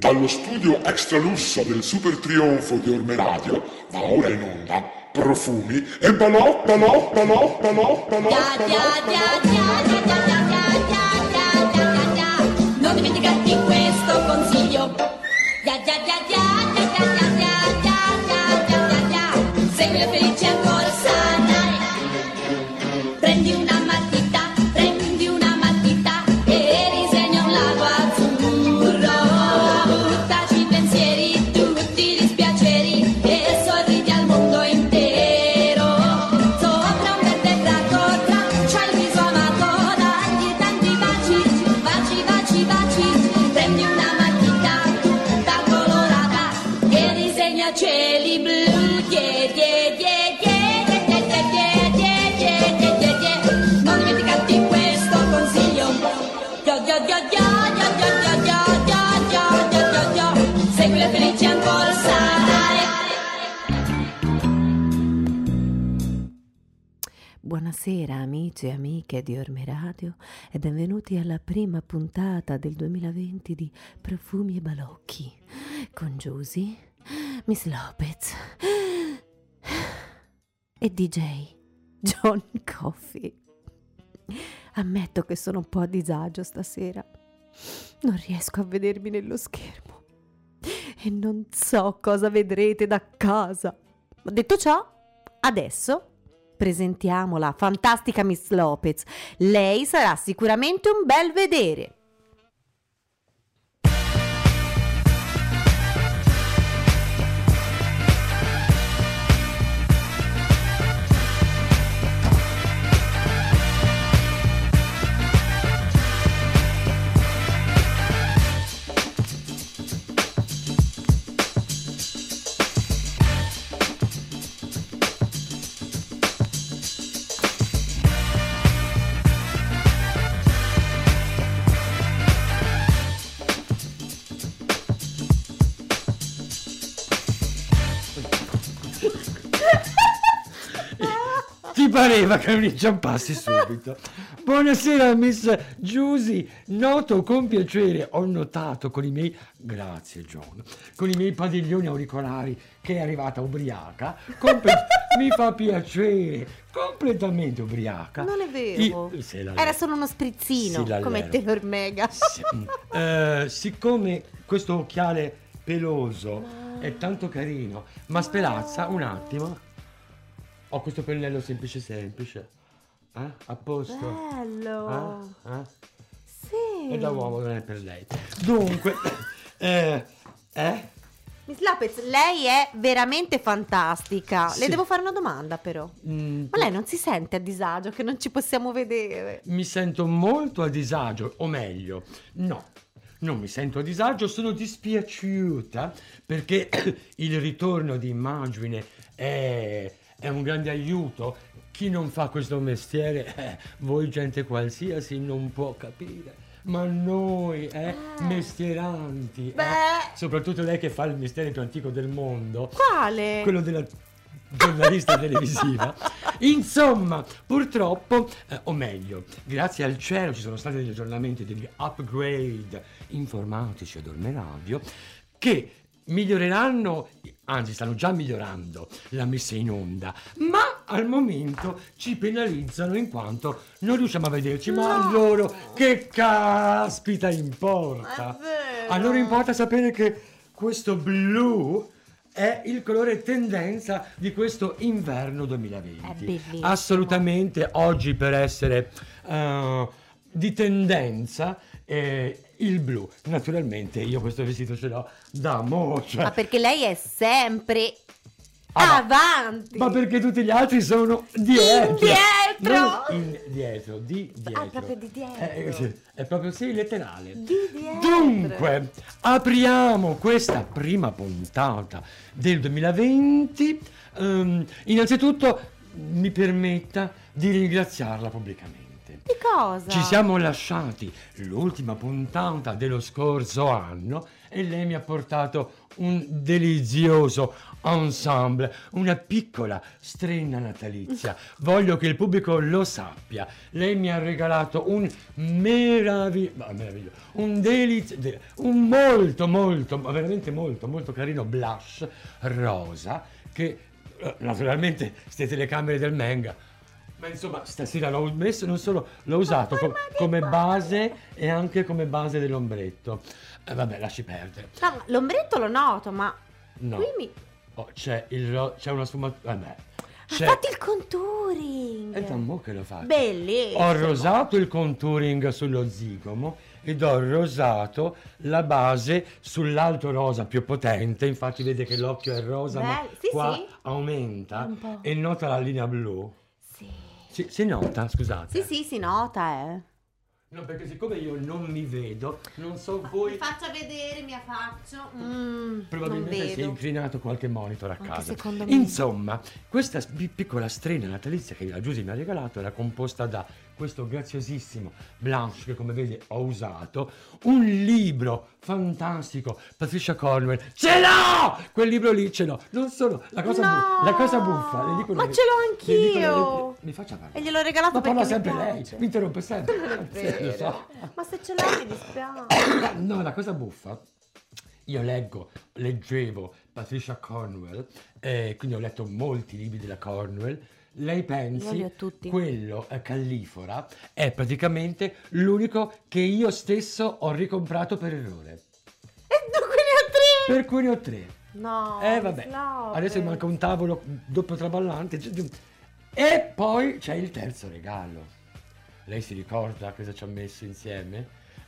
Dallo studio extra lusso del super trionfo di Orme Radio va ora in onda Profumi e balò. Non dimenticarti questo consiglio. Segui le felici ancora sarai. Prendi una matita e disegna un lago azzurro. Buttaci i pensieri, tutti i dispiaceri e sorridi al mondo intero. Sopra un verde prato, traccia il viso amato, dagli tanti baci. Prendi una matita tutta colorata e disegna cieli blu. Non dimenticarti questo consiglio. Segui le felici ancora sarai. Buonasera amici e amiche di Orme Radio e benvenuti alla prima puntata del 2020 di Profumi e Balocchi con Giusy, Miss Lopez e DJ John Coffey. Ammetto che sono un po' a disagio stasera. Non riesco a vedermi nello schermo e non so cosa vedrete da casa. Ma detto ciò, adesso presentiamo la fantastica Miss Lopez. Lei sarà sicuramente un bel vedere. Ti pareva che non inciampassi subito. Buonasera Miss Giusy, noto con piacere, ho notato con i miei, grazie John, con i miei padiglioni auricolari che è arrivata ubriaca, mi fa piacere, completamente ubriaca. Non è vero, era solo uno sprizzino, come Taylor Mega. Siccome questo occhiale peloso è tanto carino, ma spelazza un attimo. Ho questo pennello semplice. A posto? Bello. Sì. E da uomo non è per lei. Dunque, Miss Lopez, lei è veramente fantastica. Sì. Le devo fare una domanda però. Ma lei non si sente a disagio che non ci possiamo vedere? Mi sento molto a disagio, o meglio, no. Non mi sento a disagio, sono dispiaciuta perché il ritorno di Immagine è un grande aiuto. Chi non fa questo mestiere, voi gente qualsiasi, non può capire. Ma noi, mestieranti, soprattutto lei che fa il mestiere più antico del mondo. Quale? Quello della giornalista televisiva. Insomma, purtroppo, o meglio, grazie al cielo ci sono stati degli aggiornamenti, degli upgrade informatici ad Orme Radio che miglioreranno, anzi stanno già migliorando la messa in onda, ma al momento ci penalizzano in quanto non riusciamo a vederci. Ma a loro che caspita importa? A loro importa sapere che questo blu è il colore tendenza di questo inverno 2020. È bellissimo. Assolutamente, oggi per essere di tendenza il blu. Naturalmente io questo vestito ce l'ho da mo', cioè... Ma perché lei è sempre avanti. Ma perché tutti gli altri sono dietro. Dietro. Di dietro. Proprio di dietro. Sì, è proprio sì, letterale. Di dietro. Dunque, apriamo questa prima puntata del 2020. Innanzitutto mi permetta di ringraziarla pubblicamente. Di cosa? Ci siamo lasciati l'ultima puntata dello scorso anno e lei mi ha portato un delizioso ensemble, una piccola strenna natalizia. Voglio che il pubblico lo sappia. Lei mi ha regalato un un veramente molto carino blush rosa che naturalmente ste telecamere del Menga. Ma insomma, stasera l'ho messo, non solo l'ho usato come base e anche come base dell'ombretto. Vabbè, lasci perdere. No, l'ombretto lo noto, ma No. qui mi... Oh, c'è una sfumatura. Vabbè. Ha fatto il contouring! È da mo' che lo faccio. Bellissimo! Ho rosato il contouring sullo zigomo ed ho rosato la base sull'alto rosa più potente. Infatti vede che l'occhio è rosa, ma Sì, qua sì. aumenta Un po'. e nota la linea blu. Sì. Si nota, scusate. Sì, si nota, No, perché siccome io non mi vedo, non so voi. faccia vedere, mi faccio. Probabilmente non si è vedo. inclinato qualche monitor a Anche casa. secondo me. Insomma, questa piccola strenna natalizia che la Giusy mi ha regalato era composta da questo graziosissimo blanche che come vede ho usato, un libro fantastico, Patricia Cornwell, ce l'ho! Quel libro lì ce l'ho, non solo, la cosa, No! la cosa buffa, le dico Ma le- ce l'ho le dico le- anch'io! mi faccia parlare. E gliel'ho regalato Ma parla perché mi sempre lei, piace. mi interrompe sempre. Non è Lo so. vero. Ma se ce l'hai mi dispiace. No, la cosa buffa, io leggevo Patricia Cornwell, quindi ho letto molti libri della Cornwell. Lei Io pensi, li ho tutti. quello Callifora è praticamente l'unico che io stesso ho ricomprato per errore. E dunque ne ho tre! Per cui ne ho 3. No, Vabbè, Slove. adesso mi manca un tavolo doppio traballante. E poi c'è il terzo regalo. Lei si ricorda cosa ci ha messo insieme?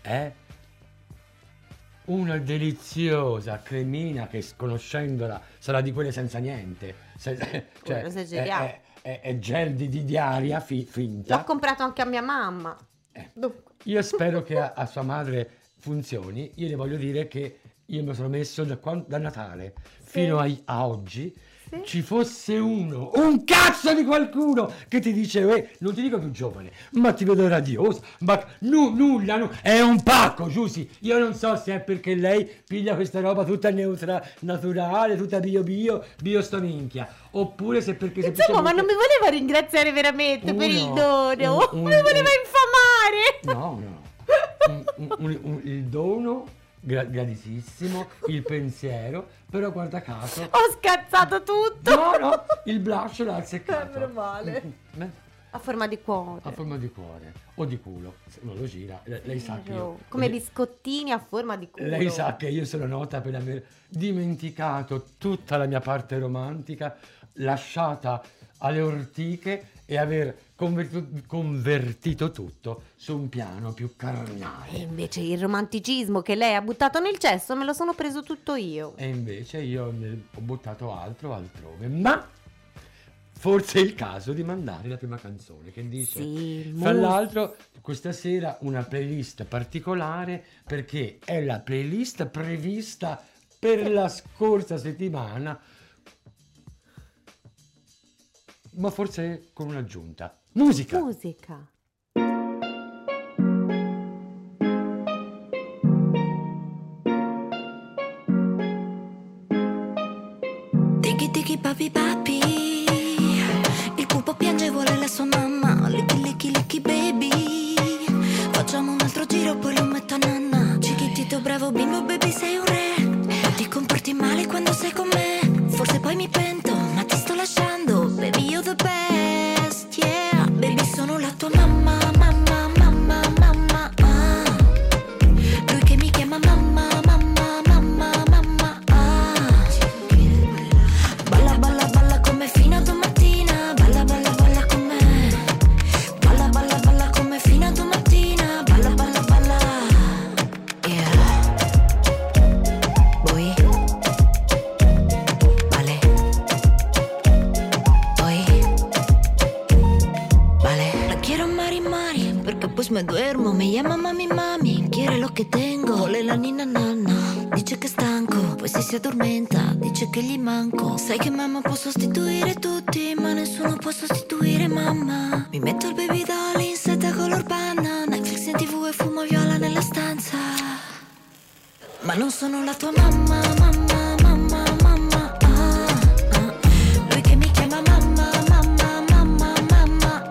Una deliziosa cremina che conoscendola sarà di quelle senza niente. Quello se geliamo. È gel di diaria finta. L'ho comprato anche a mia mamma. Dunque. Io spero che a sua madre funzioni. Io le voglio dire che io mi sono messo da Natale fino a oggi. Sì. Ci fosse un cazzo di qualcuno che ti dice, non ti dico più giovane, ma ti vedo radiosa, ma nulla, è un pacco, Giusy. Io non so se è perché lei piglia questa roba tutta naturale, tutta bio sta minchia, oppure se perché Insomma, ma non mi voleva ringraziare veramente per il dono? Mi voleva infamare! No. Il dono graditissimo, il pensiero, però guarda caso Ho scazzato tutto! no, il blush l'ha azzeccato. Meno male. Beh, A forma di cuore. a forma di cuore o di culo, se non lo gira. Lei sa che io, Come biscottini a forma di culo. lei sa che io sono nota per aver dimenticato tutta la mia parte romantica, lasciata alle ortiche e aver convertito tutto su un piano più E carnale. invece il romanticismo che lei ha buttato nel cesso me lo sono preso tutto io. E invece io ho buttato altro altrove. Ma forse è il caso di mandare la prima canzone che dice. Sì, Fra l'altro questa sera una playlist particolare perché è la playlist prevista per la scorsa settimana, ma forse con un'aggiunta. Musica! Musica. Tiki tiki papi papi, il pupo piange e vuole la sua mamma. Licchi licchi licchi baby, facciamo un altro giro poi lo metto a nanna. Chiquitito bravo bimbo baby sei un re, ma ti comporti male quando sei con me. Forse poi mi pento ma ti sto lasciando, baby you're the best, yeah. Baby sono la tua mamma, mamma, mamma, mamma, ah. Lui che mi chiama mamma, mamma, mamma, mamma, ah. Balla, balla, balla come fino a domattina. Balla, balla, balla con me. Balla, balla, balla come fino a domattina. Balla, balla, balla. Yeah. Voy. Vale. Voy. Vale. La quiero mari mari, porque pues me duermo. Me llama mami mami, quiere lo que tengo. Vuole la nina nanna, dice che è stanco, poi si addormenta, dice che gli manco. Sai che mamma può sostituire tutti, ma nessuno può sostituire mamma. Mi metto il baby doll in seta color panna, Netflix in TV e fumo viola nella stanza. Ma ma non sono la tua mamma, mamma, mamma, mamma. Lui che mi chiama mamma, mamma, mamma, mamma.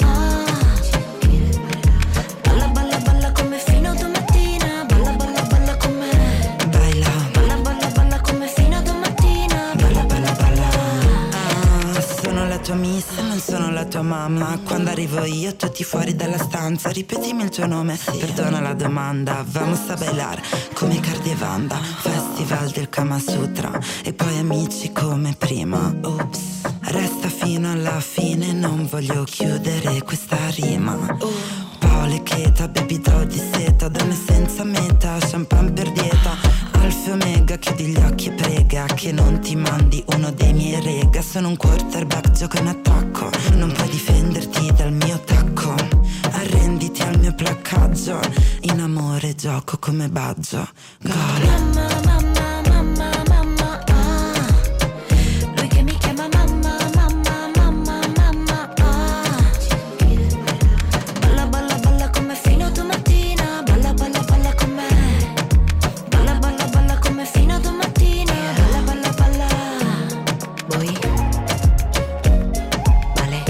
Balla, balla, balla come fino a domattina. Balla, balla, balla come. Baila. Balla, balla, balla come fino a domattina. Balla, balla, balla. Sono la tua miss, non sono la tua mamma. Quando arrivo io tutti fuori dalla stanza. Ripetimi il tuo nome, perdona la domanda. Vamos a bailar come Cardi e Vanda. Festival del Kama Sutra. E poi amici come prima. Ops, resta fino alla fine, non voglio chiudere questa rima. Paolo e Cheta, baby do di seta. Donne senza meta, champagne per dieta. Alfa e Omega, chiudi gli occhi e prega che non ti mandi uno dei miei rega. Sono un quarterback, gioco in attacco. Non puoi difenderti dal mio tacco. Arrenditi al mio placcaggio. In amore gioco come Baggio. Gol. Mamma, mamma, mamma, mamma. Lui che mi chiama mamma, mamma, mamma, mamma. Balla, balla, balla come fino a domattina. Balla, balla, balla come. Balla, balla, balla come fino a domattina. Balla, balla, balla. Voi. Vale.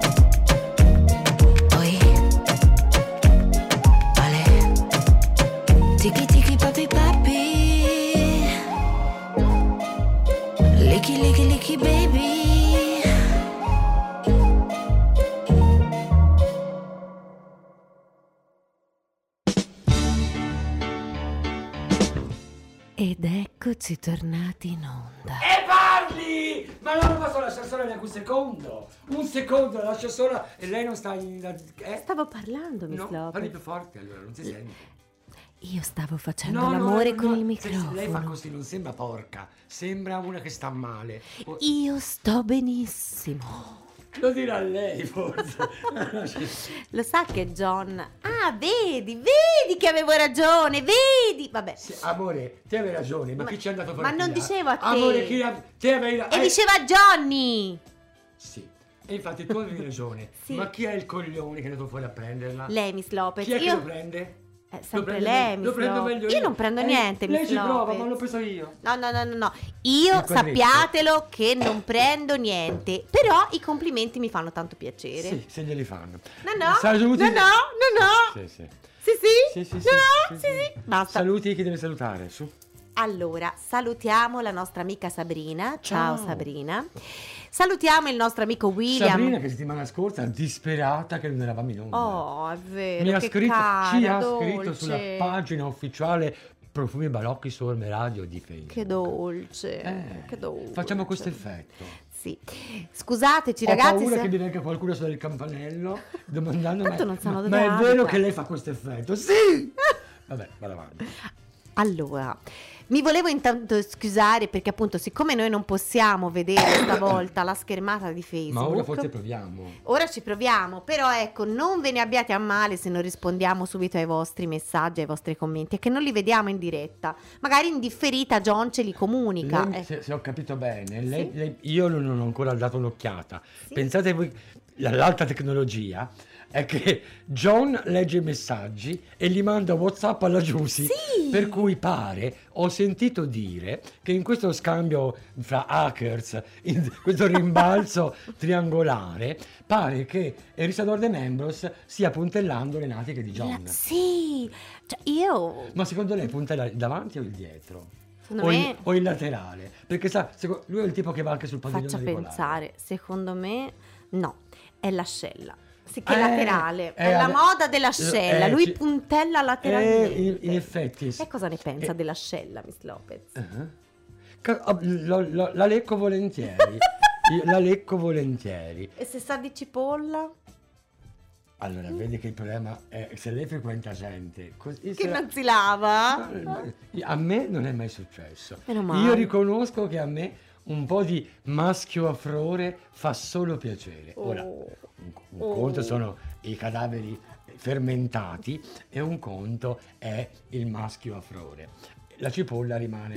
Voi. Vale. Tiki tiki papi papi. Licky licky licky baby. Ed eccoci tornati in onda. E parli! Ma non lo posso lasciare sola neanche un secondo! Un secondo, la lascio sola e lei non sta in... Stavo parlando, Miss No, Lopez. parli più forte allora, non si sente. Io stavo facendo l'amore con il microfono. Lei fa così, non sembra porca, sembra una che sta male. Io sto benissimo. Lo dirà lei forse. Lo sa che John... Ah, vedi che avevo ragione, vedi! Vabbè. Sì, amore, te avevi ragione, ma chi ci è andato a fare? Ma non dicevo a te. Amore, te avevi E diceva Johnny! Sì, e infatti tu avevi ragione. Sì. Ma chi è il coglione che è andato fuori a prenderla? Lei, Miss Lopez. Chi è che lo prende? Sempre Lo prendo lei, me- Miss lo prendo Lopez. meglio Io non prendo niente, Lei Miss ci prova, Lopez. ma l'ho preso io. No. Io Il quadretto. sappiatelo che non prendo niente. Però i complimenti mi fanno tanto piacere. Sì, se glieli fanno. No. Saluti. No. Sì, sì. Sì. Sì. Sì. Basta. Saluti chi deve salutare, su. Allora, salutiamo la nostra amica Sabrina. Ciao Ciao. Sabrina. Salutiamo il nostro amico William. Sabrina che settimana scorsa disperata che non eravamo in onda. Oh, è vero. Mi ha che scritto, cara, ci ha dolce. scritto sulla pagina ufficiale Profumi Balocchi su Orme Radio di Facebook. Che dolce. Che dolce. Facciamo questo effetto. Sì. Scusateci Ho ragazzi paura se... che mi venga qualcuno sulla il campanello domandando Tanto non sanno dove ma è abita. vero che lei fa questo effetto? Sì! Vabbè, vado avanti. Allora, mi volevo intanto scusare perché appunto siccome noi non possiamo vedere stavolta la schermata di Facebook. Ma ora forse proviamo. Ora ci proviamo, però ecco, non ve ne abbiate a male se non rispondiamo subito ai vostri messaggi, ai vostri commenti, e che non li vediamo in diretta. Magari in differita John ce li comunica. Lei, se ho capito bene, io non ho ancora dato un'occhiata. Sì. Pensate voi, l'alta tecnologia è che John legge i messaggi e li manda WhatsApp alla Giusy. Sì. Per cui pare, ho sentito dire che in questo scambio fra hackers, in questo rimbalzo triangolare, pare che Elisa De Membros stia puntellando le natiche di John. Sì, cioè io... Ma secondo lei puntella il davanti o il dietro? Secondo me... O il laterale? Perché sa, lui è il tipo che va anche sul padiglione Faccia regolare. pensare, secondo me no, è l'ascella. Sì, che è laterale, è la ade- moda dell'ascella, lui ci- puntella lateralmente. in effetti sì. E cosa ne pensa dell'ascella, Miss Lopez? La lecco volentieri. La lecco volentieri. E se sa di cipolla? Allora, vedi che il problema è se lei frequenta gente così Che non si lava? A me non è mai successo. Meno male. Io riconosco che a me un po' di maschio affrore fa solo piacere. Ora, un conto sono i cadaveri fermentati e un conto è il maschio affrore. La cipolla rimane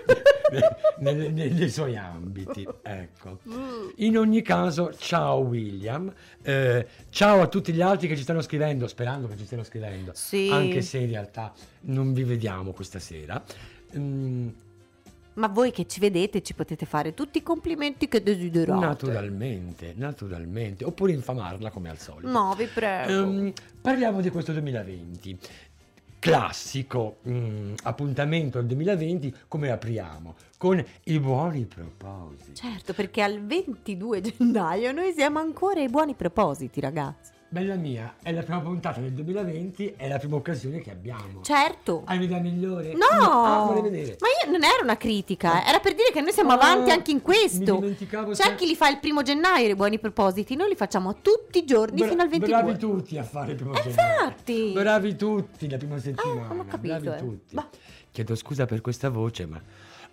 nei suoi ambiti, ecco. In ogni caso, ciao William, ciao a tutti gli altri che ci stanno scrivendo, sperando che ci stiano scrivendo, Sì. anche se in realtà non vi vediamo questa sera. Ma voi che ci vedete ci potete fare tutti i complimenti che desiderate. Naturalmente, oppure infamarla come al solito. No, vi prego. Parliamo di questo 2020. Classico appuntamento del 2020, come apriamo? Con i buoni propositi. Certo, perché al 22 gennaio noi siamo ancora ai buoni propositi, ragazzi. Bella mia, è la prima puntata del 2020, è la prima occasione che abbiamo. Certo. Hai un'idea migliore? No! Vorrei vedere. Ma io non era una critica, era per dire che noi siamo avanti anche in questo. Mi dimenticavo. C'è chi li fa il 1 gennaio i buoni propositi, noi li facciamo tutti i giorni fino al 22. Bravi tutti a fare il 1 gennaio. Infatti. Bravi tutti la prima settimana. non ho capito, bravi tutti. Ma- Chiedo scusa per questa voce, ma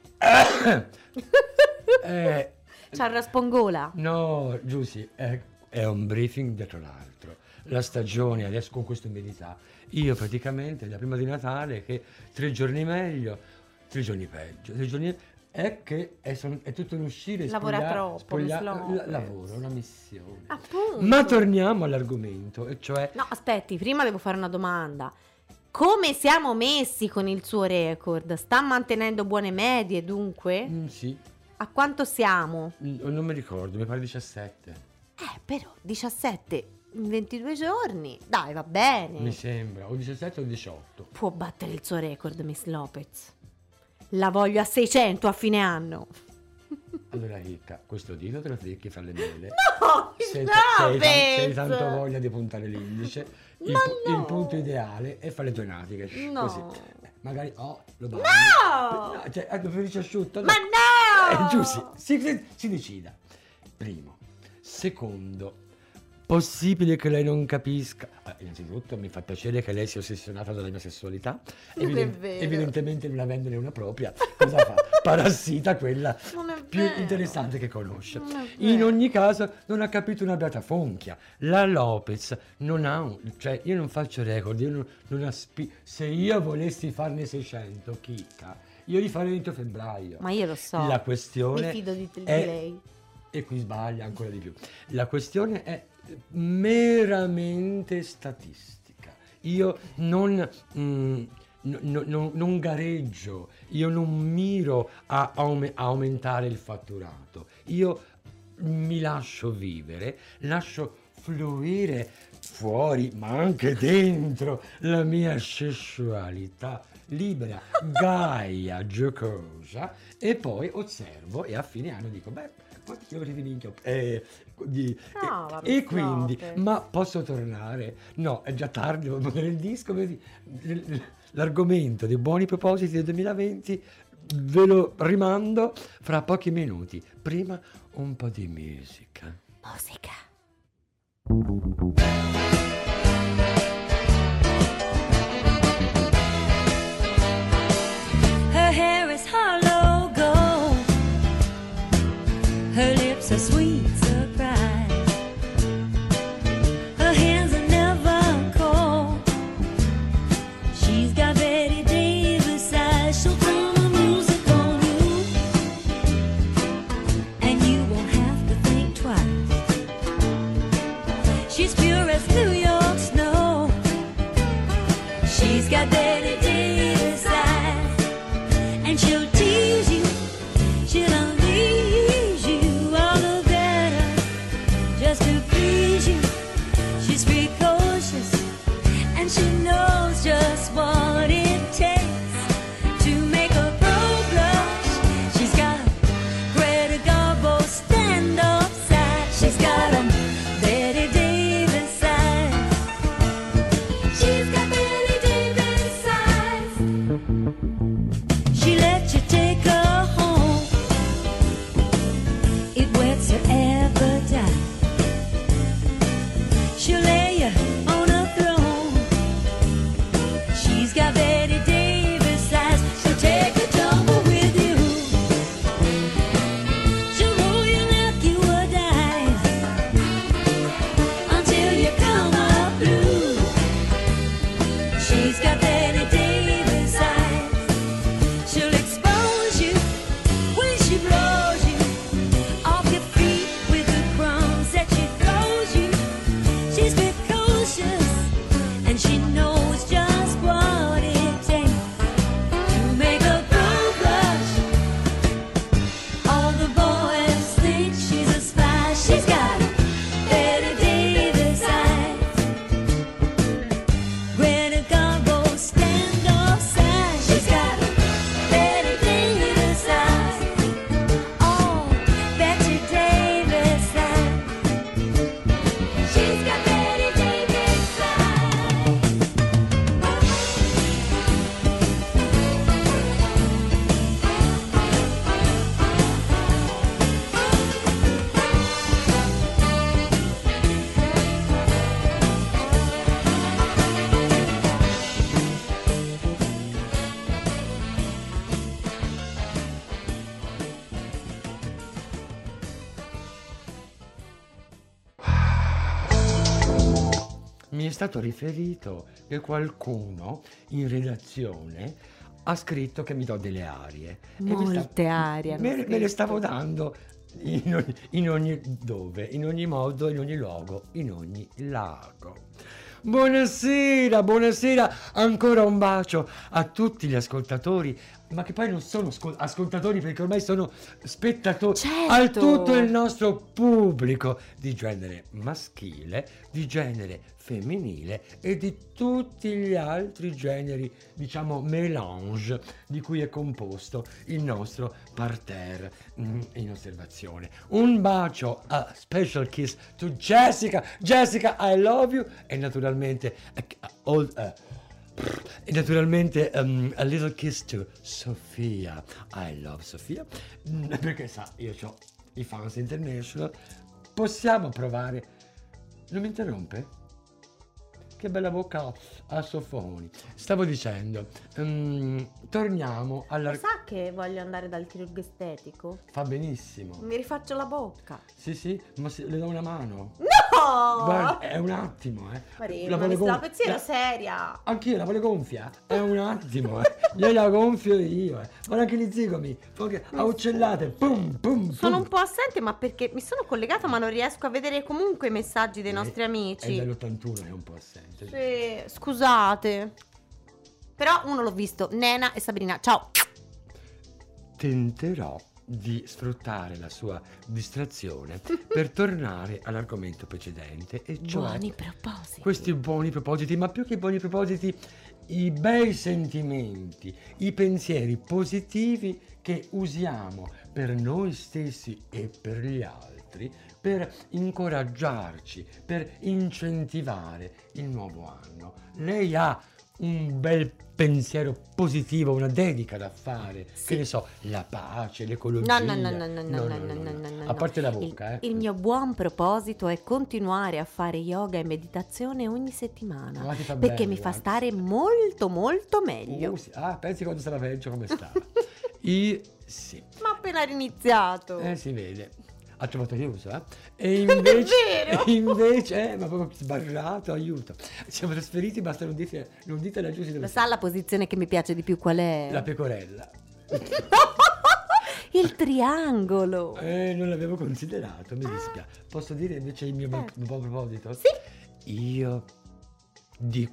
C'ha il raspongola. no, Giussi, è un briefing dietro l'altro. La stagione adesso con questa umidità. Io praticamente da prima di Natale che 3 giorni meglio, 3 giorni peggio, 3 giorni è che è tutto un uscire. Lavora troppo, Miss Lopez. Lavoro, una missione. Appunto. Ma torniamo all'argomento, e cioè No, aspetti, prima devo fare una domanda. Come siamo messi con il suo record? Sta mantenendo buone medie, dunque? sì, A quanto siamo? non mi ricordo, mi pare 17. Però 17 in 22 giorni. Dai, va bene. Mi sembra, o 17 o 18. Può battere il suo record, Miss Lopez. La voglio a 600 a fine anno. Allora Ricca, questo dito te lo becchi fra le mele. No, Se Lopez! hai tanto voglia di puntare l'indice, Ma no! il punto ideale è fare le tue natiche. No. Così. Magari lo bagni. No! No, cioè, preferisci asciutto? Ma no! Giussi, si decida. Primo. Secondo. Possibile che lei non capisca. Innanzitutto mi fa piacere che lei sia ossessionata dalla mia sessualità. Non è vero. Evidentemente non avendone una propria. Cosa fa? Parassita quella Non è più vero. interessante che conosce. Non è In vero. ogni caso non ha capito una beata fonchia. La Lopez non ha cioè io non faccio record, io non se io volessi farne 600, chicca, io li farei entro febbraio. Ma io lo so. La questione Mi fido di è- lei. E qui sbaglia ancora di più. La questione è meramente statistica. Io non gareggio, io non miro a aumentare il fatturato. Io mi lascio vivere, lascio fluire fuori, ma anche dentro, la mia sessualità libera, gaia, giocosa, e poi osservo e a fine anno dico, beh, quanti chilometri di minchia vabbè, e quindi, Lopez. ma posso tornare? No, è già tardi, devo mandare il disco. Vedi? L'argomento dei buoni propositi del 2020 ve lo rimando fra pochi minuti. Prima un po' di musica. Musica. Her hair is hollow gold. Her lips are sweet surprise. Her hands are never cold. She's got Betty Davis eyes. She'll turn the music on you, and you won't have to think twice. She's pure as mi è stato riferito che qualcuno in redazione ha scritto che mi do delle arie. Molte arie hanno Me le scritto. stavo dando in ogni dove, in ogni modo, in ogni luogo, in ogni lago. Buonasera, buonasera, ancora un bacio a tutti gli ascoltatori, ma che poi non sono ascoltatori perché ormai sono spettatori, Certo. a tutto il nostro pubblico di genere maschile, di genere femminile e di tutti gli altri generi, diciamo mélange, di cui è composto il nostro parterre in osservazione. Un bacio, a special kiss to Jessica. Jessica, I love you. E naturalmente a little kiss to Sofia. I love Sofia. Perché sa, io ho i fans international. Possiamo provare. Non mi interrompe? Che bella bocca a soffoni. Stavo dicendo, torniamo alla... Sa che voglio andare dal chirurgo estetico? Fa benissimo. Mi rifaccio la bocca. Sì, ma le do una mano. No! Guarda, è un attimo, Marina, mi sta pensiero seria. Anch'io la voglio gonfia. È un attimo, Gliela gonfio io, Guarda anche gli zigomi. A uccellate. Pum, pum, Sono pum. un po' assente, ma perché mi sono collegata ma non riesco a vedere comunque i messaggi dei nostri È amici. dell'81, è un po' assente. Sì, scusate. Però uno l'ho visto, Nena e Sabrina. Ciao. Tenterò di sfruttare la sua distrazione per tornare all'argomento precedente, e cioè Buoni propositi. questi buoni propositi, ma più che buoni propositi, i bei sentimenti, i pensieri positivi che usiamo per noi stessi e per gli altri, per incoraggiarci, per incentivare il nuovo anno. Lei ha un bel pensiero positivo, una dedica da fare, Sì. che ne so, la pace, l'ecologia. No. A parte la bocca, Il mio buon proposito è continuare a fare yoga e meditazione ogni settimana, Ah, ti fa perché bene, mi fa guarda. stare molto molto meglio. Sì. Pensi quando sarà peggio come sta? Sì. Ma ho appena iniziato. Si vede. Ha trovato chiuso, E invece, vero? ma proprio sbarrato, aiuto. Siamo trasferiti, basta non dite la giusta Lo dove sa la posizione che mi piace di più qual è? la pecorella. Il triangolo. Non l'avevo considerato, mi dispiace. Posso dire invece il mio Certo. buon proposito? Sì. Io ti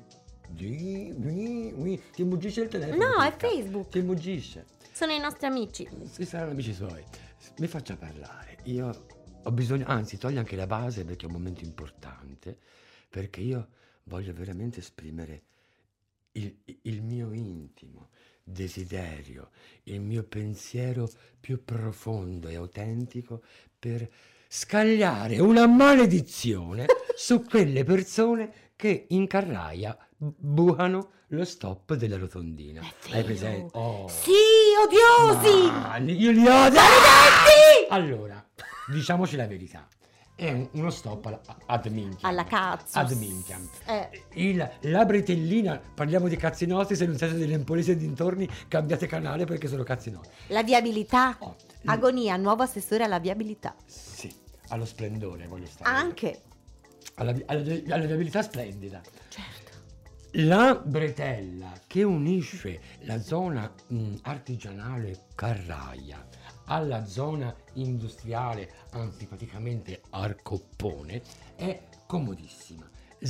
muggisce il telefono. No, è Ricca. Facebook. Ti muggisce. Sono i nostri amici. Si saranno amici suoi. Mi faccia parlare. Io ho bisogno, anzi, togli anche la base perché è un momento importante, perché io voglio veramente esprimere il mio intimo desiderio, il mio pensiero più profondo e autentico per scagliare una maledizione su quelle persone che in carraia bucano lo stop della rotondina. È Hai vero. presente? Oh. Sì, odiosi. Io li odio! Maledetti! Allora, diciamoci la verità. È uno stop ad minchiam. Alla cazzo. Ad minchiam. Eh. La bretellina, parliamo di cazzi nostri, se non siete delle empolesi e dintorni, cambiate canale perché sono cazzi nostri. La viabilità. Oh. Agonia, nuovo assessore alla viabilità. Sì, allo splendore voglio stare. Anche. Alla viabilità splendida. Certo. La bretella che unisce la zona artigianale carraia alla zona industriale, anzi praticamente Arcoppone, è comodissima,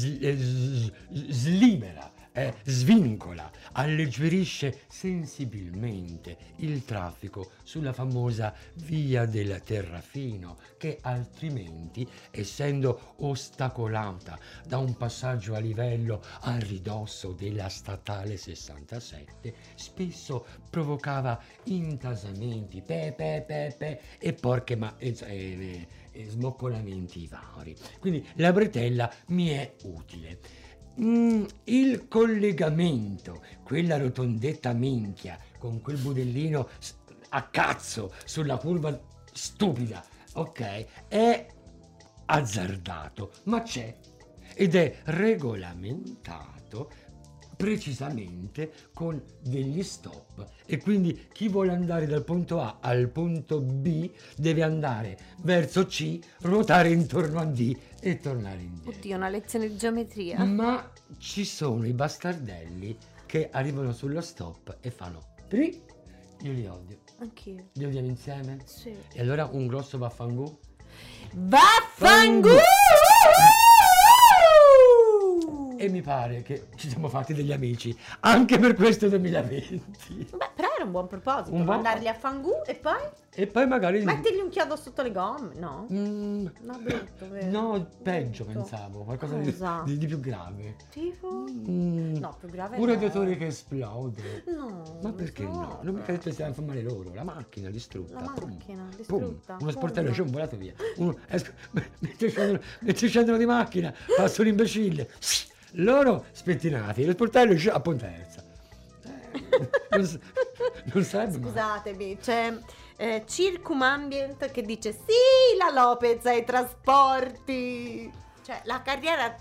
slibera, svincola, alleggerisce sensibilmente il traffico sulla famosa via del Terrafino, che altrimenti, essendo ostacolata da un passaggio a livello a ridosso della statale 67, spesso provocava intasamenti, e porche e smoccolamenti vari. Quindi la bretella mi è utile. Il collegamento, quella rotondetta minchia con quel budellino a cazzo sulla curva stupida, ok, è azzardato, ma c'è ed è regolamentato precisamente con degli stop, e quindi chi vuole andare dal punto A al punto B deve andare verso C, ruotare intorno a D e tornare indietro. Oddio, una lezione di geometria. Ma ci sono i bastardelli che arrivano sullo stop e fanno pri. Io li odio. Anch'io. Li odiamo insieme? Sì. E allora un grosso vaffangu? Vaffanculo! E mi pare che ci siamo fatti degli amici anche per questo 2020. Beh, però era un buon proposito. Un buon- Mandarli a fangù e poi E poi magari... mettergli un chiodo sotto le gomme. No? Mm, No, brutto, vero? no, peggio Brutto. pensavo, qualcosa Cosa? di più grave. Tipo? Mm, No, più grave un no. radiatore che esplode. No. Ma perché no? Non mica detto stiamo a fare loro, la macchina distrutta. La Pum, macchina pum. distrutta. Uno sportello Cosa? c'è un volato via. Mentre scendono di macchina, passa un imbecille. Loro spettinati, lo sportello a Ponte Terza. Non sarebbe male. Scusatemi, c'è Circumambient che dice sì, la Lopez ai trasporti. Cioè, la carriera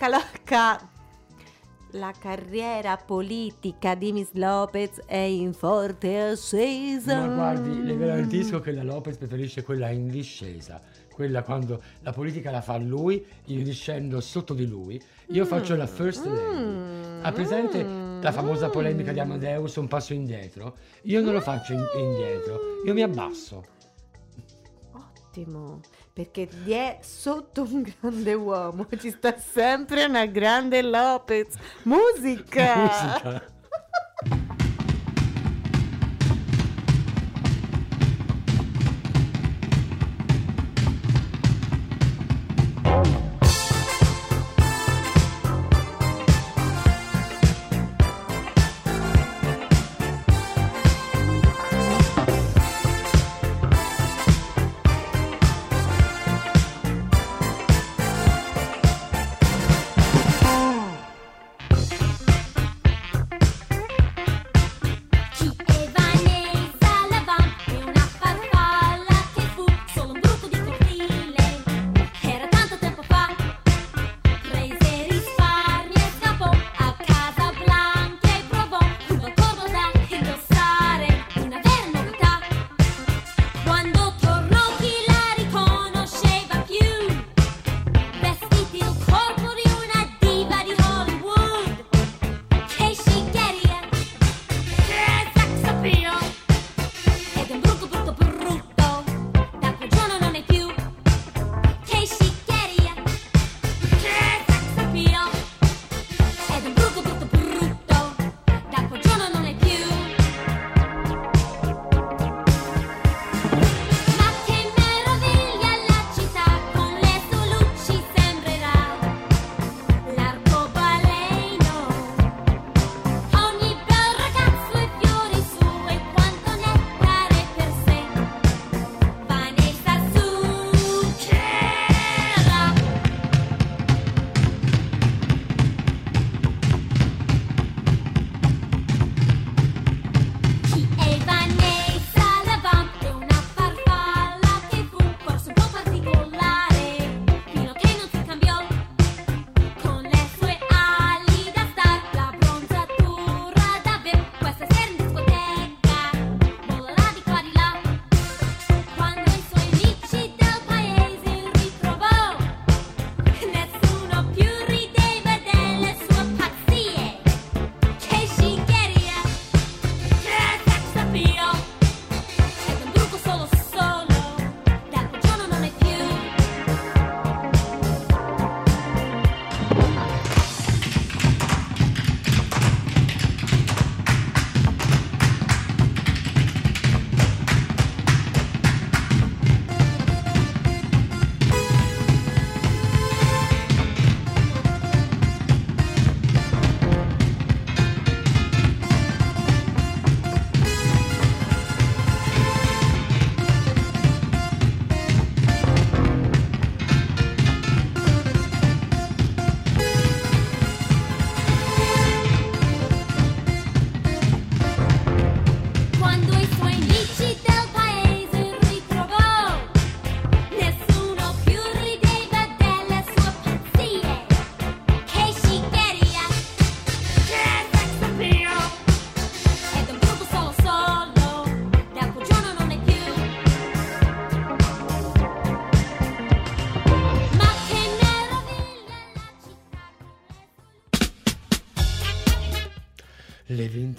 la carriera politica di Miss Lopez è in forte ascesa. Ma guardi, le garantisco che la Lopez preferisce quella in discesa, quella quando la politica la fa lui, io discendo sotto di lui, io faccio la first lady. Ha presente la famosa polemica di Amadeus, un passo indietro? Io non lo faccio indietro, io mi abbasso. Ottimo, perché sotto un grande uomo ci sta sempre una grande Lopez. Musica! Musica.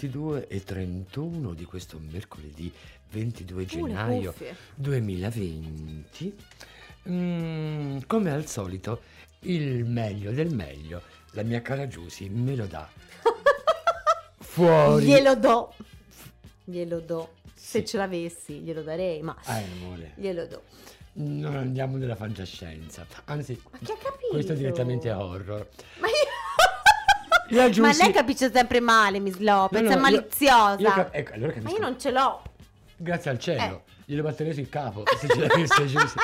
22:31 di questo mercoledì 22 le gennaio cuffie. 2020. Come al solito, il meglio del meglio, la mia cara Giusy me lo dà fuori. Glielo do. Se Sì. ce l'avessi, glielo darei, ma Amore, glielo do. non andiamo nella fantascienza, anzi, Ma chi ha capito? questo è direttamente horror. Ma io... La Ma Giusy- lei capisce sempre male, Miss Lopez, No, no, è io- maliziosa. ecco, allora Ma capisco. io non ce l'ho. Grazie al cielo, glielo batterei sul capo se ce l'avesse Giusy.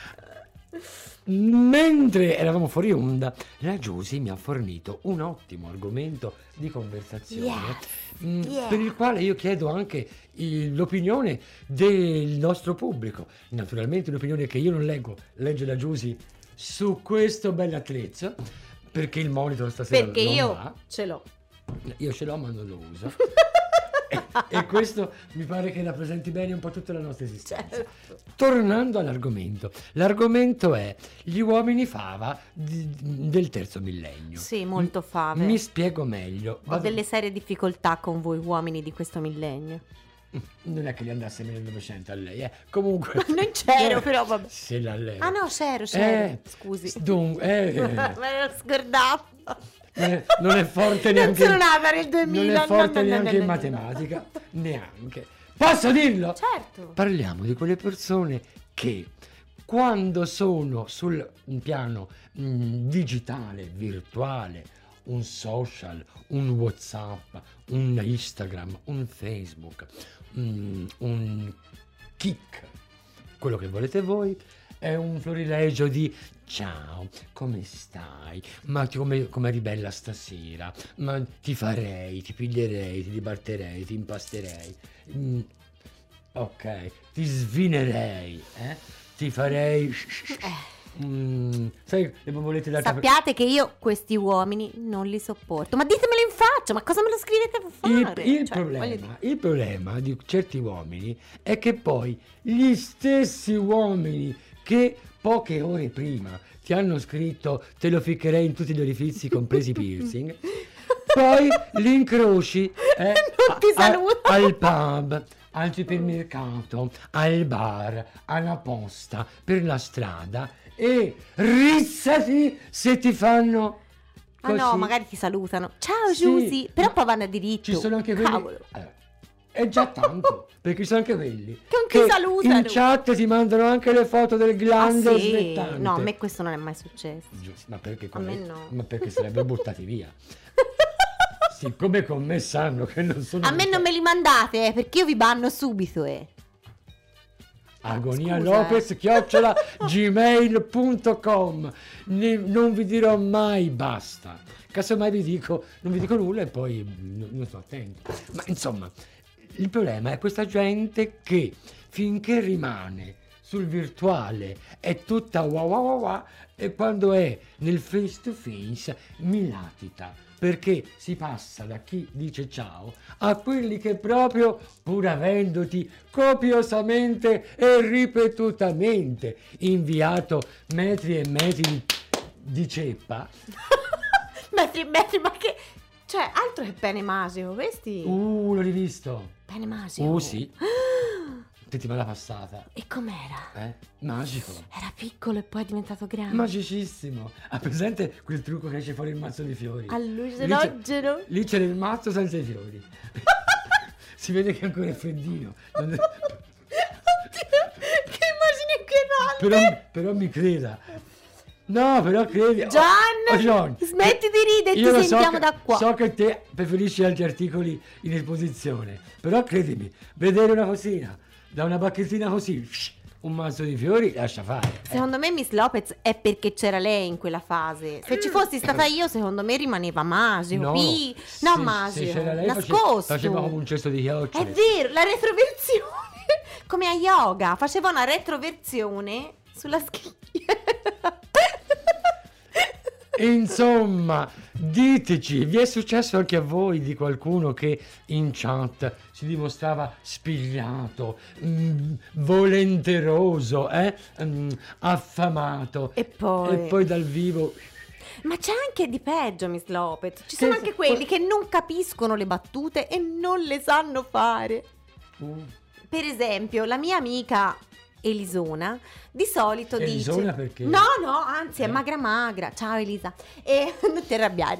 Mentre eravamo fuori onda, la Giusy mi ha fornito un ottimo argomento di conversazione, yeah. per il quale io chiedo anche l'opinione del nostro pubblico. Naturalmente un'opinione che io non leggo, legge la Giusy su questo bell'attrezzo, perché il monitor stasera Perché non io va. ce l'ho. Io ce l'ho ma non lo uso. E questo mi pare che rappresenti bene un po' tutta la nostra esistenza. Certo. Tornando all'argomento, l'argomento è gli uomini fava del terzo millennio. Sì, molto fave. Mi spiego meglio. Ho delle serie difficoltà con voi uomini di questo millennio. Non è che gli andasse nel Novecento a lei, Comunque. Non c'ero, però vabbè. Se la leva. Ah no, c'ero. Scusi. Dunque, Me l'ero scordato. non è forte Non neanche. sono nata nel 2000. Non è forte no, neanche no, in no. matematica, neanche. Posso dirlo? Certo. Parliamo di quelle persone che quando sono sul piano digitale, virtuale, un social, un WhatsApp, un Instagram, un Facebook, un Kik, quello che volete voi, è un florilegio di ciao, come stai? Ma come eri bella stasera? Ma ti farei, ti piglierei, ti dibatterei, ti impasterei. Ok, ti svinerei, ti farei. Sai le bombolette da caffè? Sappiate che io questi uomini non li sopporto. Ma ditemelo in faccia, ma cosa me lo scrivete a fare? Il Cioè, voglio dire- il problema di certi uomini è che poi gli stessi uomini che poche ore prima ti hanno scritto te lo ficcherei in tutti gli orifizi compresi i piercing, poi li incroci Non ti saluto. al pub, al supermercato, al bar, alla posta, per la strada e rizzati se ti fanno Ah così. no, magari ti salutano. Ciao Sì, Giusy, però ma poi vanno a diritto. Ci sono anche quelli. Cavolo. È già tanto, perché ci sono anche quelli Che non ti salutano. in chat ti mandano anche le foto del Ah glande sì? svettante. No, a me questo non è mai successo. Ma perché A me no. Ma perché sarebbero buttati via. Siccome con me sanno che non sono A me non me li mandate, perché io vi banno subito, Agonia Scusa, Lopez @gmail.com. Non vi dirò mai basta. Casomai non vi dico nulla e poi non sto attento. Ma insomma, il problema è questa gente che finché rimane sul virtuale è tutta wow wow wow wow, e quando è nel face to face mi latita, perché si passa da chi dice ciao a quelli che proprio, pur avendoti copiosamente e ripetutamente inviato metri e metri di ceppa, metri e metri, ma che... Cioè, altro che pene masio, questi... l'ho rivisto. Pene masio. Sì, settimana passata. E com'era? Magico. Era piccolo e poi è diventato grande. Magicissimo. Ha presente quel trucco che esce fuori il mazzo di fiori? Allucinogeno. Lì c'era il mazzo senza i fiori. Si vede che è ancora freddino. Oddio, che immagine inquietante. Però mi creda. No, però credi. John, smetti di ridere, io ti lo sentiamo da qua. So che te preferisci altri articoli in esposizione, però credimi, vedere una cosina da una bacchettina così, un mazzo di fiori, lascia fare. Secondo me Miss Lopez è perché c'era lei in quella fase. Se ci fossi stata io, secondo me rimaneva magico. No, no, magico. se c'era lei Nascosto. faceva come un cesto di È chiocciole. vero, la retroversione. Come a yoga, faceva una retroversione sulla schiena. Insomma, diteci, vi è successo anche a voi di qualcuno che in chat si dimostrava spigliato, volenteroso, affamato E poi dal vivo Ma c'è anche di peggio, Miss Lopez. Ci sono anche quelli che non capiscono le battute e non le sanno fare. Per esempio, la mia amica Elisona di solito Elisona dice... perché? No, anzi è magra magra. Ciao Elisa. E non ti arrabbiare.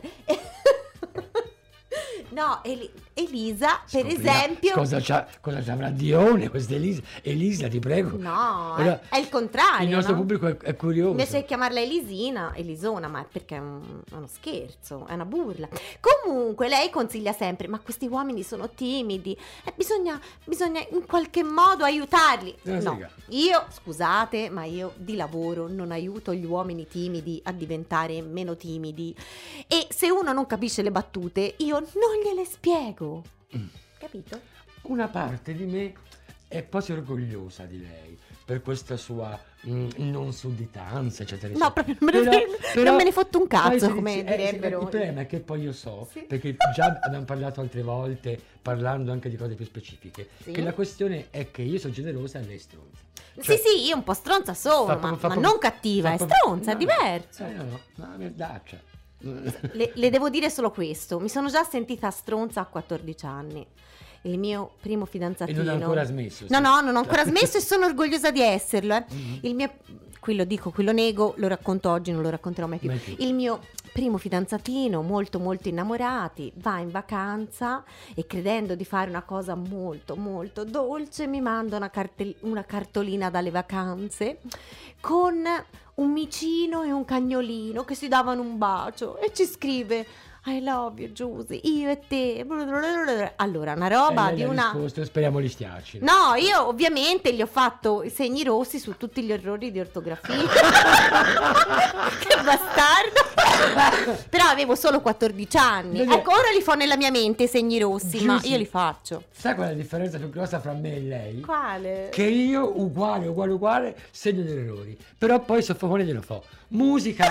No, Elisa, per Scoprirà esempio... Cosa c'avrà Dione questa Elisa? Elisa, ti prego. No, Allora, è il contrario. il nostro no? pubblico è curioso. Invece di chiamarla Elisona, ma è perché è uno scherzo, è una burla. Comunque lei consiglia sempre, ma questi uomini sono timidi, bisogna in qualche modo aiutarli. No, io, scusate, ma io di lavoro non aiuto gli uomini timidi a diventare meno timidi. E se uno non capisce le battute, io non gliele spiego. Capito? Una parte di me è quasi orgogliosa di lei per questa sua non sudditanza, eccetera, No, eccetera. proprio non me ne fotto un poi cazzo, si come dice, direbbero. Il problema è che poi io so, Sì. perché già abbiamo parlato altre volte, parlando anche di cose più specifiche, Sì. che la questione è che io sono generosa e lei è stronza. Sì, io un po' stronza sono, fa ma proprio- non cattiva, fa è proprio- stronza, è no, diverso. No, una merdaccia. Le devo dire solo questo, mi sono già sentita stronza a 14 anni. Il mio primo E fidanzatino... non ha ancora smesso. No, non ho ancora smesso e sono orgogliosa di esserlo. Mhm. Il mio... Qui lo dico, qui lo nego, lo racconto oggi, non lo racconterò mai più. Mai più. Il mio primo fidanzatino, molto molto innamorati, va in vacanza e credendo di fare una cosa molto molto dolce mi manda una cartolina dalle vacanze con un micino e un cagnolino che si davano un bacio e ci scrive I love you Giusy, io e te. Allora, una roba Lei di ha una... risposto, speriamo gli stiacci. No, io ovviamente gli ho fatto i segni rossi su tutti gli errori di ortografia. Che bastardo. Però avevo solo 14 anni. Vedi- Ecco, ora li fa nella mia mente i segni rossi, ma Giusy. io li faccio. Sai qual è la differenza più grossa fra me e lei? Quale? Che io uguale segno degli errori, però poi soffocone glielo fa. Musica.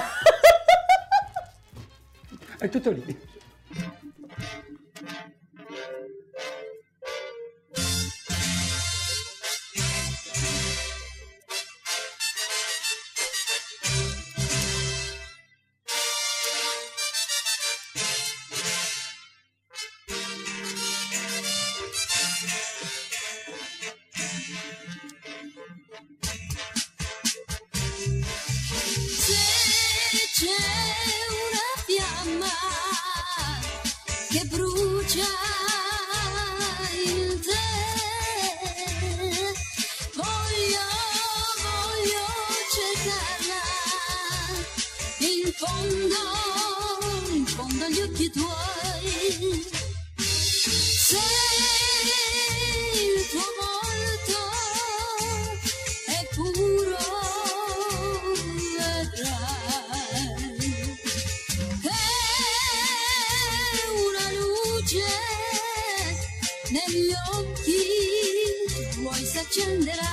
È tutto lì. Se c'è una fiamma che brucia in te, voglio cercarla in fondo agli occhi tuoi. Se il tuo volto è puro, vedrai che una luce negli occhi tuoi si accenderà.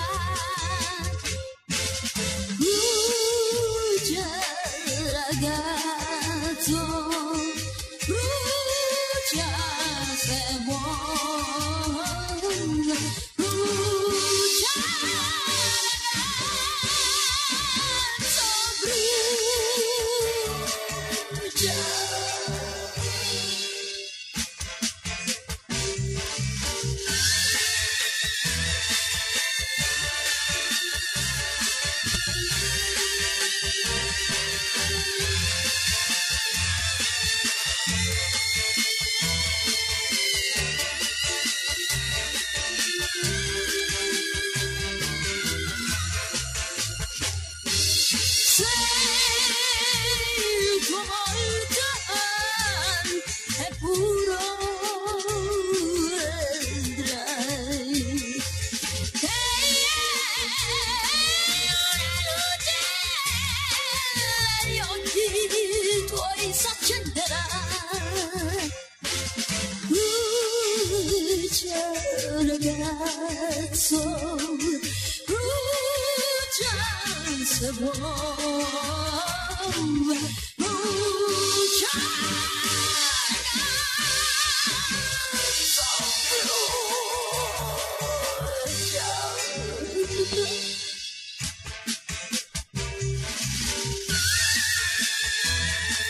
Brucia, ragazzo, brucia se vuoi, brucia, ragazzo, brucia. Se il tuo volto è puro, vedrai che una luce negli occhi tuoi s'accenderà. Brucia, ragazzo, brucia se vuoi, brucia, ragazzo, brucia.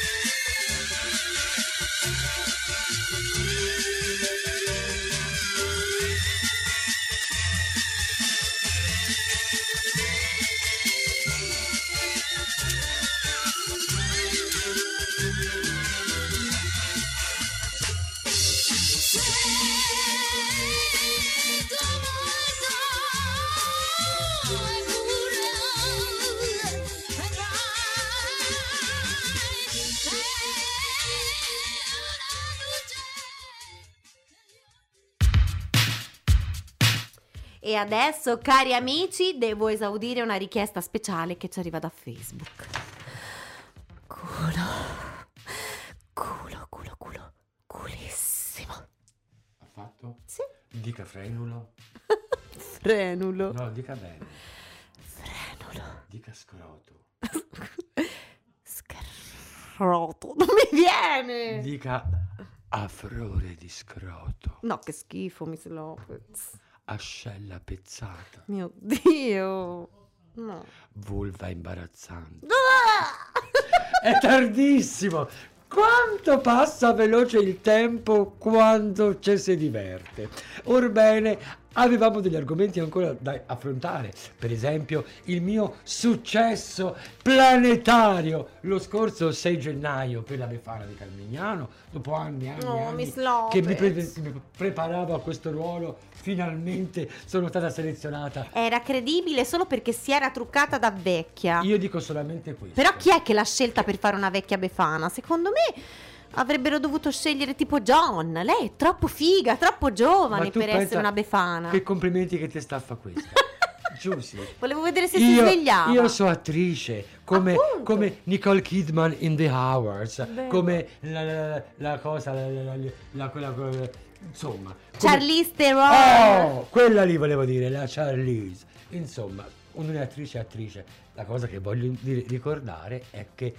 E adesso, cari amici, devo esaudire una richiesta speciale che ci arriva da Facebook. Culo, culissimo. Ha fatto? Sì. Dica frenulo. Frenulo. No, dica bene. Frenulo. Dica scroto. Scroto. Non mi viene. Dica afrore di scroto. No, che schifo, Miss Lopez. Ascella pezzata. Mio Dio. No. Vulva imbarazzante. Ah! È tardissimo. Quanto passa veloce il tempo quando ci si diverte. Orbene, avevamo degli argomenti ancora da affrontare. Per esempio, il mio successo planetario lo scorso 6 gennaio per la Befana di Carmignano, dopo anni Miss che mi Lopez. preparavo a questo ruolo. Finalmente sono stata selezionata. Era credibile solo perché si era truccata da vecchia. Io dico solamente questo. Però chi è che l'ha scelta per fare una vecchia Befana? Secondo me avrebbero dovuto scegliere tipo John. Lei è troppo figa, troppo giovane Ma tu per pensa essere una Befana. Che complimenti che ti sta a fa questa. Giusti. Volevo vedere se si svegliava. Io so attrice come Nicole Kidman in The Hours, Beh. come la cosa, quella, insomma. come- Charlize Theron. Oh, quella lì volevo dire, la Charlize. Insomma, un'attrice. La cosa che voglio ricordare è che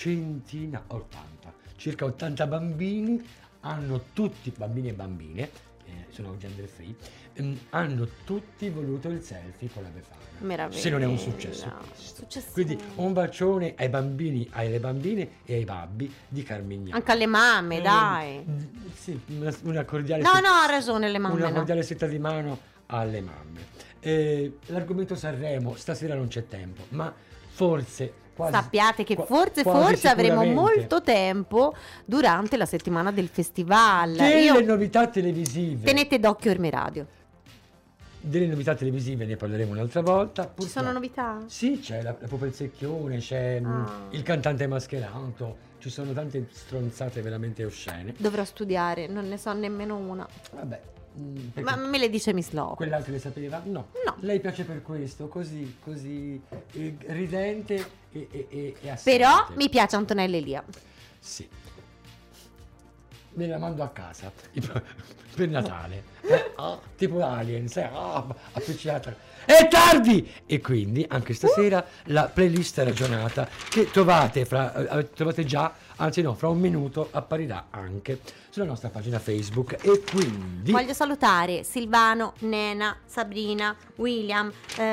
circa 80 bambini hanno tutti, bambini e bambine, sono gender free, hanno tutti voluto il selfie con la Befana. Meraviglia. Se non è un successo questo. Quindi un bacione ai bambini, alle bambine e ai babbi di Carmignano. Anche alle mamme, dai. Sì, una cordiale No, ha ragione le mamme. una no. cordiale stretta di mano alle mamme. L'argomento Sanremo stasera non c'è tempo, ma forse quasi, Sappiate che quasi forse avremo sicuramente molto tempo durante la settimana del festival. delle novità televisive. Tenete d'occhio Orme Radio. Delle novità televisive ne parleremo un'altra volta. Ci sono novità? Sì, c'è la Pupa il Secchione, c'è il cantante mascherato, ci sono tante stronzate veramente oscene. Dovrò studiare, non ne so nemmeno una. Vabbè. Perché Ma me le dice Miss Lopez. quell'altro le sapeva? No. No. Lei piace per questo, così ridente e assente. Però mi piace Antonella Elia. Sì. Me la mando a casa per Natale. Tipo Alien, sai, appicciata. È tardi! E quindi anche stasera la playlist ragionata che trovate già, anzi no, fra un minuto apparirà anche sulla nostra pagina Facebook. E quindi Voglio salutare Silvano, Nena, Sabrina, William,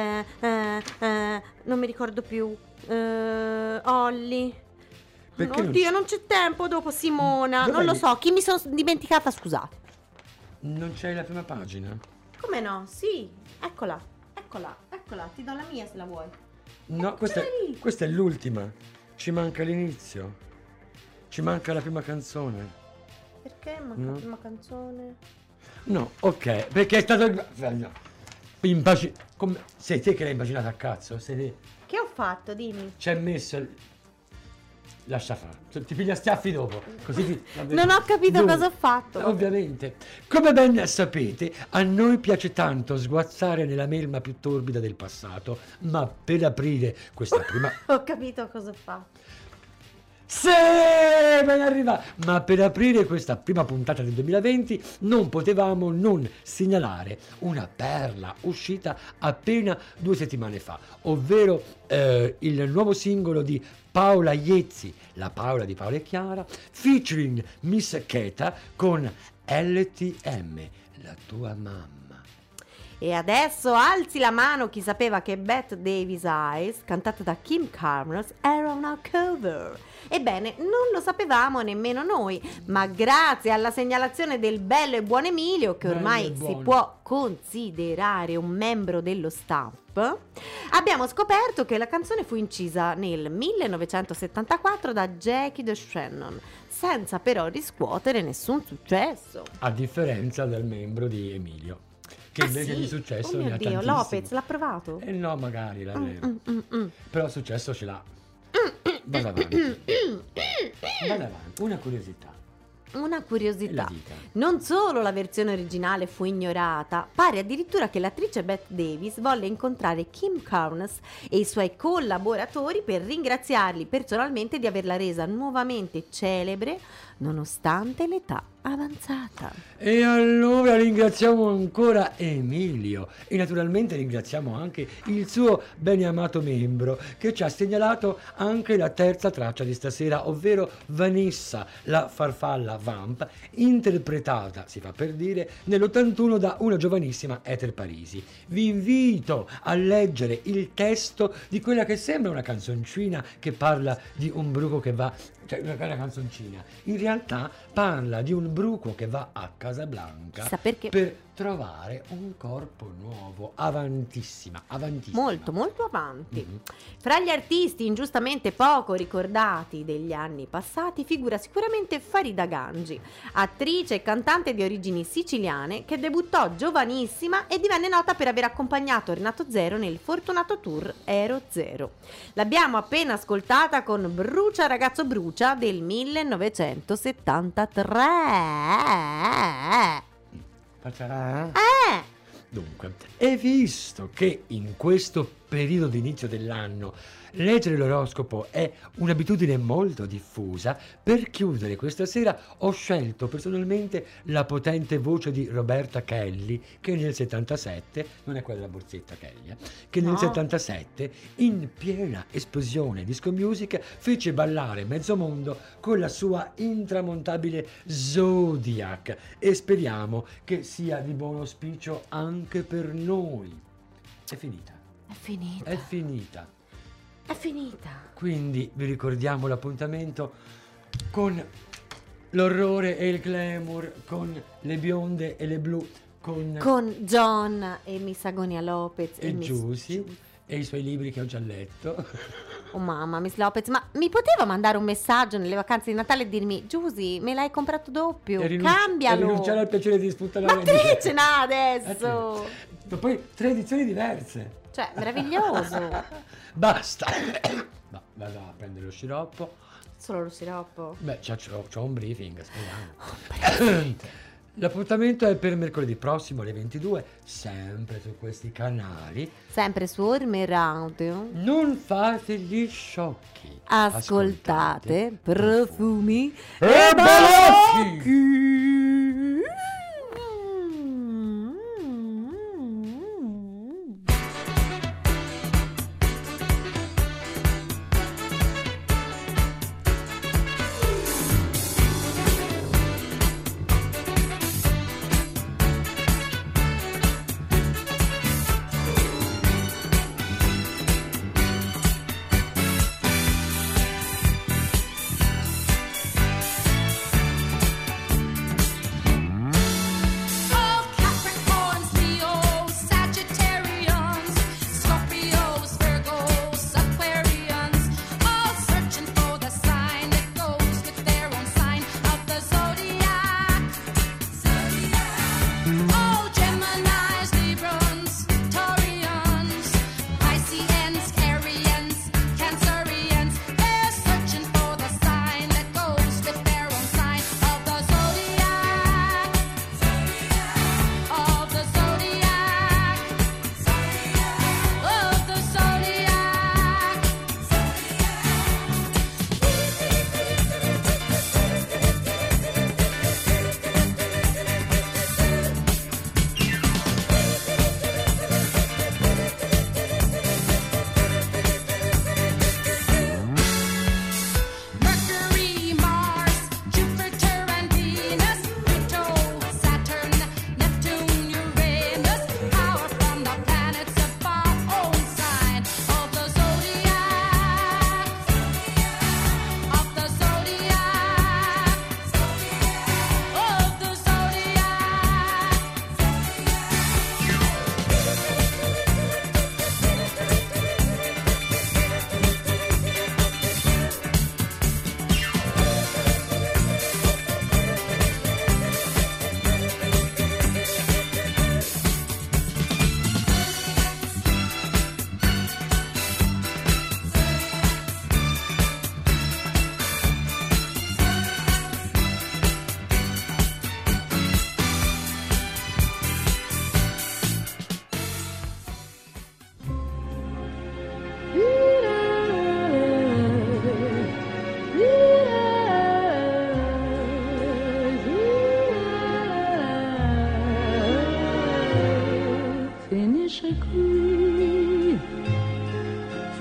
non mi ricordo più, Olli. Perché non Oddio, non c'è tempo dopo Simona. Dov'è Non lo lì? so, chi mi sono dimenticata, scusate. non c'è la prima pagina? Come no? Sì, eccola, ti do la mia se la vuoi. No, ce l'hai lì. questa è l'ultima. Ci manca l'inizio. Ci manca la prima canzone. Perché manca No. la prima canzone? No, ok, perché è stato sei te che l'hai immaginata a cazzo, sei te. Che ho fatto, dimmi? Ci hai messo lascia fare, ti piglia schiaffi dopo, così Non ho capito cosa ho fatto. Ovviamente, come ben sapete, a noi piace tanto sguazzare nella melma più torbida del passato, ma per aprire questa prima Ho capito cosa ho fatto. Sì, ben arriva! Ma per aprire questa prima puntata del 2020 non potevamo non segnalare una perla uscita appena 2 settimane fa, ovvero il nuovo singolo di Paola Iezzi, la Paola di Paola e Chiara, featuring Miss Cheta con LTM, la tua mamma. E adesso alzi la mano chi sapeva che Bette Davis Eyes, cantata da Kim Carnes, era una cover. Ebbene, non lo sapevamo nemmeno noi, ma grazie alla segnalazione del bello e buon Emilio, che Bello ormai e buono. si può considerare un membro dello staff, abbiamo scoperto che la canzone fu incisa nel 1974 da Jackie DeShannon, senza però riscuotere nessun successo. A differenza del membro di Emilio, che invece sì? di successo Oh ne mio ha Dio, tantissimo. Lopez l'ha provato? No, magari l'avremo. Però successo ce l'ha. Vado avanti. Una curiosità. Una curiosità. La dica. Non solo la versione originale fu ignorata, pare addirittura che l'attrice Bette Davis volle incontrare Kim Carnes e i suoi collaboratori per ringraziarli personalmente di averla resa nuovamente celebre nonostante l'età avanzata. E allora ringraziamo ancora Emilio e naturalmente ringraziamo anche il suo beniamato membro che ci ha segnalato anche la terza traccia di stasera, ovvero Vanessa, la farfalla vamp, interpretata, si fa per dire, nell'81 da una giovanissima Ethel Parisi. Vi invito a leggere il testo di quella che sembra una canzoncina che parla di un bruco che va, cioè una canzoncina, in realtà parla di un bruco che va a Casablanca Chissà perché. per trovare un corpo nuovo, avantissima. Molto, molto avanti. Mhm. Fra gli artisti ingiustamente poco ricordati degli anni passati figura sicuramente Farida Gangi, attrice e cantante di origini siciliane che debuttò giovanissima e divenne nota per aver accompagnato Renato Zero nel fortunato tour Ero Zero. L'abbiamo appena ascoltata con Brucia ragazzo brucia del 1973. Dunque, E visto che in questo periodo di inizio dell'anno leggere l'oroscopo è un'abitudine molto diffusa, per chiudere questa sera ho scelto personalmente la potente voce di Roberta Kelly, che nel 77, non è quella della borsetta Kelly, che nel No. 77, in piena esplosione disco music, fece ballare mezzo mondo con la sua intramontabile Zodiac, e speriamo che sia di buon auspicio anche per noi. È finita. È finita. È finita. È finita. Quindi vi ricordiamo l'appuntamento con l'orrore e il glamour, con le bionde e le blu, con John e Miss Agonia Lopez e Miss Giusy e i suoi libri che ho già letto. Oh mamma, Miss Lopez, ma mi poteva mandare un messaggio nelle vacanze di Natale e dirmi: Giusy, me l'hai comprato doppio, E cambialo. rinunciare al piacere di disputare Ma te ce n'ha adesso. Poi 3 edizioni diverse. Cioè, meraviglioso. Basta. No, vado a prendere lo sciroppo. Solo lo sciroppo. Beh, c'ho un briefing, speriamo. L'appuntamento è per mercoledì prossimo alle 22, sempre su questi canali. Sempre su Orme Radio. Non fate gli sciocchi. Ascoltate profumi e balocchi.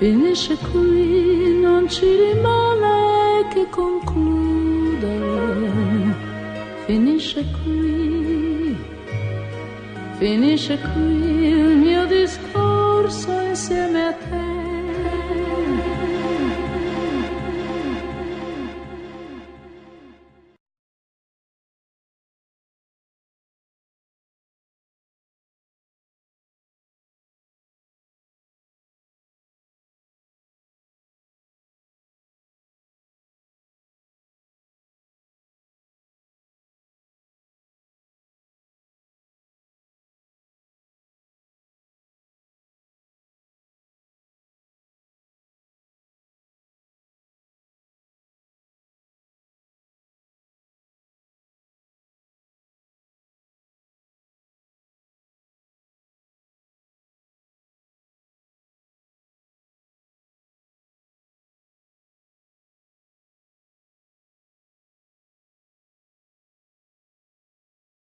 finisce qui, non ci rimane che concludere. Finisce qui il mio discorso insieme a te.